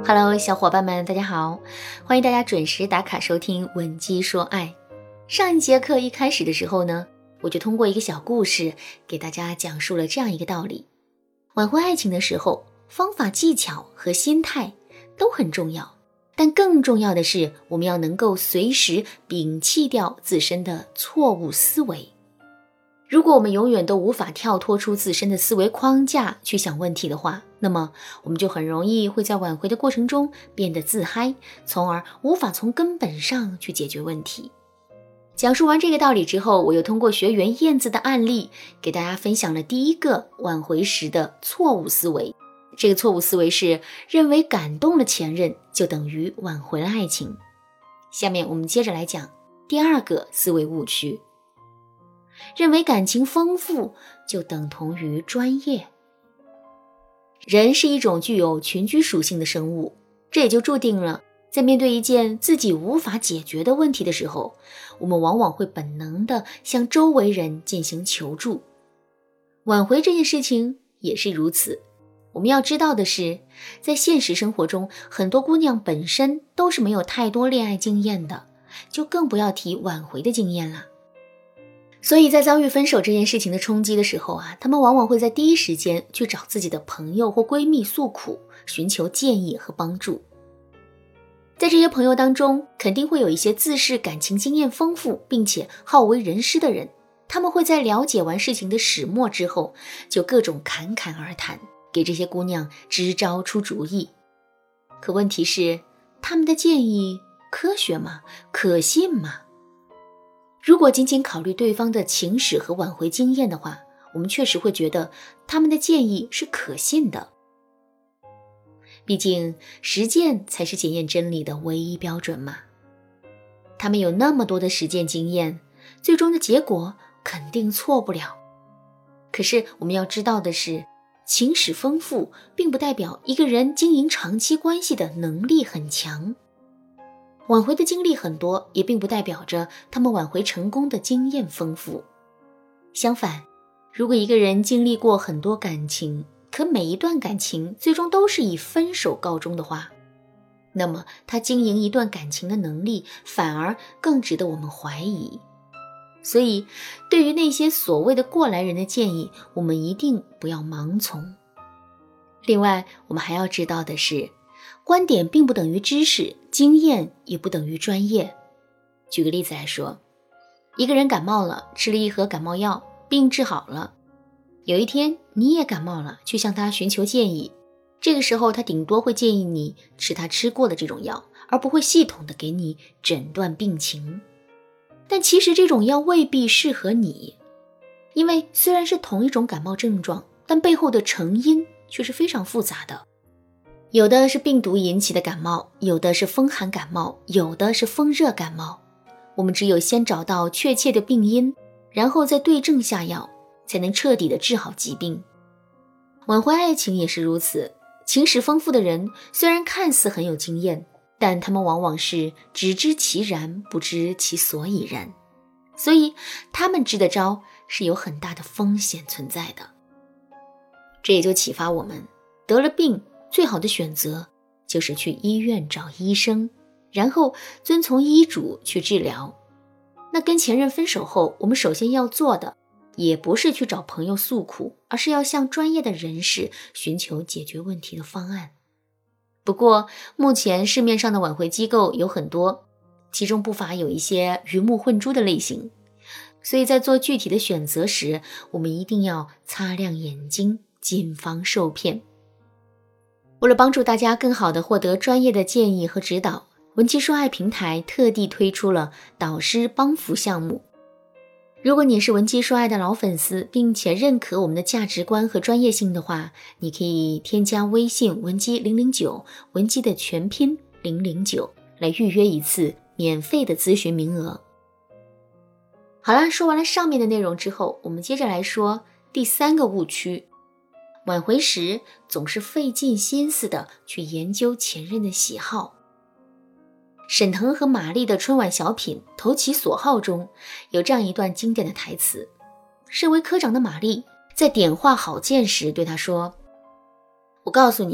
Hello， 小伙伴们，大家好，欢迎大家准时打卡收听文姬说爱。上一节课一开始的时候呢，我就通过一个小故事给大家讲述了这样一个道理：挽回爱情的时候，方法、技巧和心态都很重要，但更重要的是，我们要能够随时摒弃掉自身的错误思维。如果我们永远都无法跳脱出自身的思维框架去想问题的话，那么我们就很容易会在挽回的过程中变得自嗨，从而无法从根本上去解决问题。讲述完这个道理之后，我又通过学员燕子的案例给大家分享了第一个挽回时的错误思维。这个错误思维是认为感动了前任就等于挽回了爱情。下面我们接着来讲第二个思维误区，认为感情丰富就等同于专业。人是一种具有群居属性的生物，这也就注定了在面对一件自己无法解决的问题的时候，我们往往会本能地向周围人进行求助。挽回这件事情也是如此。我们要知道的是，在现实生活中，很多姑娘本身都是没有太多恋爱经验的，就更不要提挽回的经验了。所以在遭遇分手这件事情的冲击的时候她们往往会在第一时间去找自己的朋友或闺蜜诉苦，寻求建议和帮助。在这些朋友当中，肯定会有一些自恃感情经验丰富并且好为人师的人，他们会在了解完事情的始末之后，就各种侃侃而谈，给这些姑娘支招出主意。可问题是，他们的建议科学吗？可信吗？如果仅仅考虑对方的情史和挽回经验的话，我们确实会觉得他们的建议是可信的。毕竟实践才是检验真理的唯一标准嘛。他们有那么多的实践经验，最终的结果肯定错不了。可是我们要知道的是，情史丰富并不代表一个人经营长期关系的能力很强。挽回的经历很多，也并不代表着他们挽回成功的经验丰富。相反，如果一个人经历过很多感情，可每一段感情最终都是以分手告终的话，那么他经营一段感情的能力反而更值得我们怀疑。所以，对于那些所谓的过来人的建议，我们一定不要盲从。另外，我们还要知道的是，观点并不等于知识，经验也不等于专业。举个例子来说，一个人感冒了，吃了一盒感冒药，病治好了。有一天你也感冒了，去向他寻求建议，这个时候他顶多会建议你吃他吃过的这种药，而不会系统的给你诊断病情。但其实这种药未必适合你，因为虽然是同一种感冒症状，但背后的成因却是非常复杂的。有的是病毒引起的感冒，有的是风寒感冒，有的是风热感冒。我们只有先找到确切的病因，然后再对症下药，才能彻底的治好疾病。挽回爱情也是如此，情史丰富的人虽然看似很有经验，但他们往往是只知其然，不知其所以然，所以他们支的招是有很大的风险存在的。这也就启发我们，得了病最好的选择就是去医院找医生，然后遵从医嘱去治疗。那跟前任分手后，我们首先要做的也不是去找朋友诉苦，而是要向专业的人士寻求解决问题的方案。不过目前市面上的挽回机构有很多，其中不乏有一些鱼目混珠的类型，所以在做具体的选择时，我们一定要擦亮眼睛，谨防受骗。为了帮助大家更好地获得专业的建议和指导，文姬说爱平台特地推出了导师帮扶项目。如果你是文姬说爱的老粉丝，并且认可我们的价值观和专业性的话，你可以添加微信文姬009，文姬的全拼009，来预约一次免费的咨询名额。好了，说完了上面的内容之后，我们接着来说第三个误区。挽回时总是费尽心思的去研究前任的喜好。沈腾和马丽的春晚小品《投其所好》中有这样一段经典的台词，身为科长的马丽在点化郝建时对他说，我告诉你，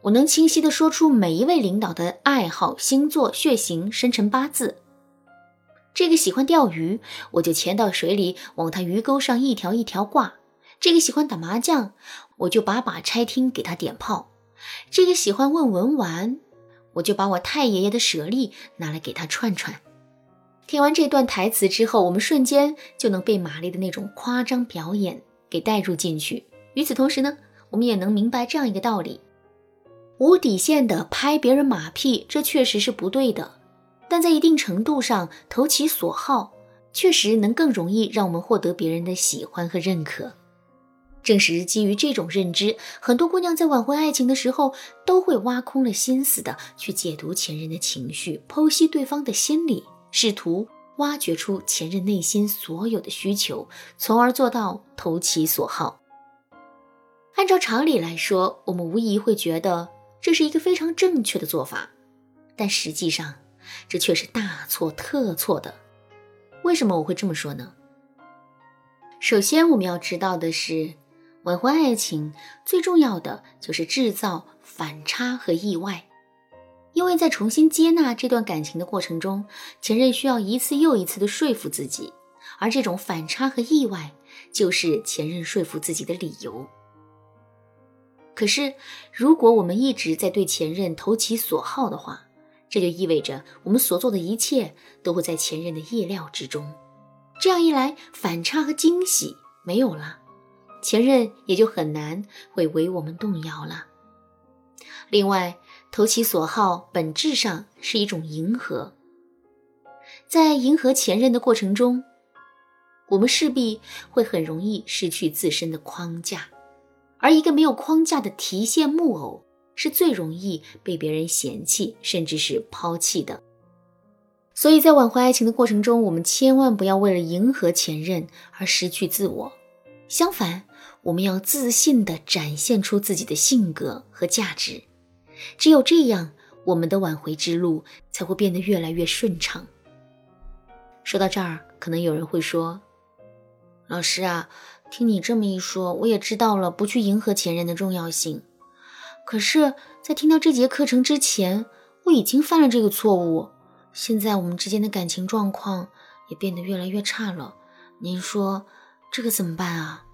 我能清晰地说出每一位领导的爱好、星座、血型、生辰八字。这个喜欢钓鱼，我就潜到水里往他鱼钩上一条一条挂。这个喜欢打麻将，我就把拆听给他点炮。这个喜欢问文玩，我就把我太爷爷的舍利拿来给他串串。听完这段台词之后，我们瞬间就能被玛丽的那种夸张表演给带入进去。与此同时呢，我们也能明白这样一个道理：无底线的拍别人马屁，这确实是不对的，但在一定程度上投其所好，确实能更容易让我们获得别人的喜欢和认可。正是基于这种认知，很多姑娘在挽回爱情的时候，都会挖空了心思的去解读前任的情绪，剖析对方的心理，试图挖掘出前任内心所有的需求，从而做到投其所好。按照常理来说，我们无疑会觉得这是一个非常正确的做法，但实际上这却是大错特错的。为什么我会这么说呢？首先我们要知道的是，挽回爱情最重要的就是制造反差和意外。因为在重新接纳这段感情的过程中，前任需要一次又一次的说服自己，而这种反差和意外就是前任说服自己的理由。可是如果我们一直在对前任投其所好的话，这就意味着我们所做的一切都会在前任的意料之中。这样一来，反差和惊喜没有了，前任也就很难会为我们动摇了。另外，投其所好本质上是一种迎合。在迎合前任的过程中，我们势必会很容易失去自身的框架，而一个没有框架的提线木偶是最容易被别人嫌弃甚至是抛弃的。所以在挽回爱情的过程中，我们千万不要为了迎合前任而失去自我，相反，我们要自信地展现出自己的性格和价值。只有这样，我们的挽回之路才会变得越来越顺畅。说到这儿，可能有人会说，老师啊，听你这么一说，我也知道了不去迎合前任的重要性。可是在听到这节课程之前，我已经犯了这个错误，现在我们之间的感情状况也变得越来越差了，您说这个怎么办啊？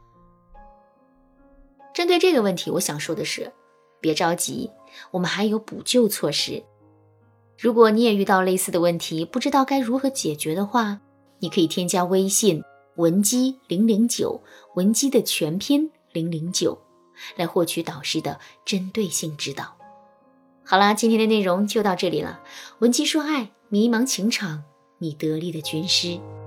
针对这个问题，我想说的是，别着急，我们还有补救措施。如果你也遇到类似的问题，不知道该如何解决的话，你可以添加微信文姬009，文姬的全拼009，来获取导师的针对性指导。好啦，今天的内容就到这里了。文姬说爱，迷茫情场，你得力的军师。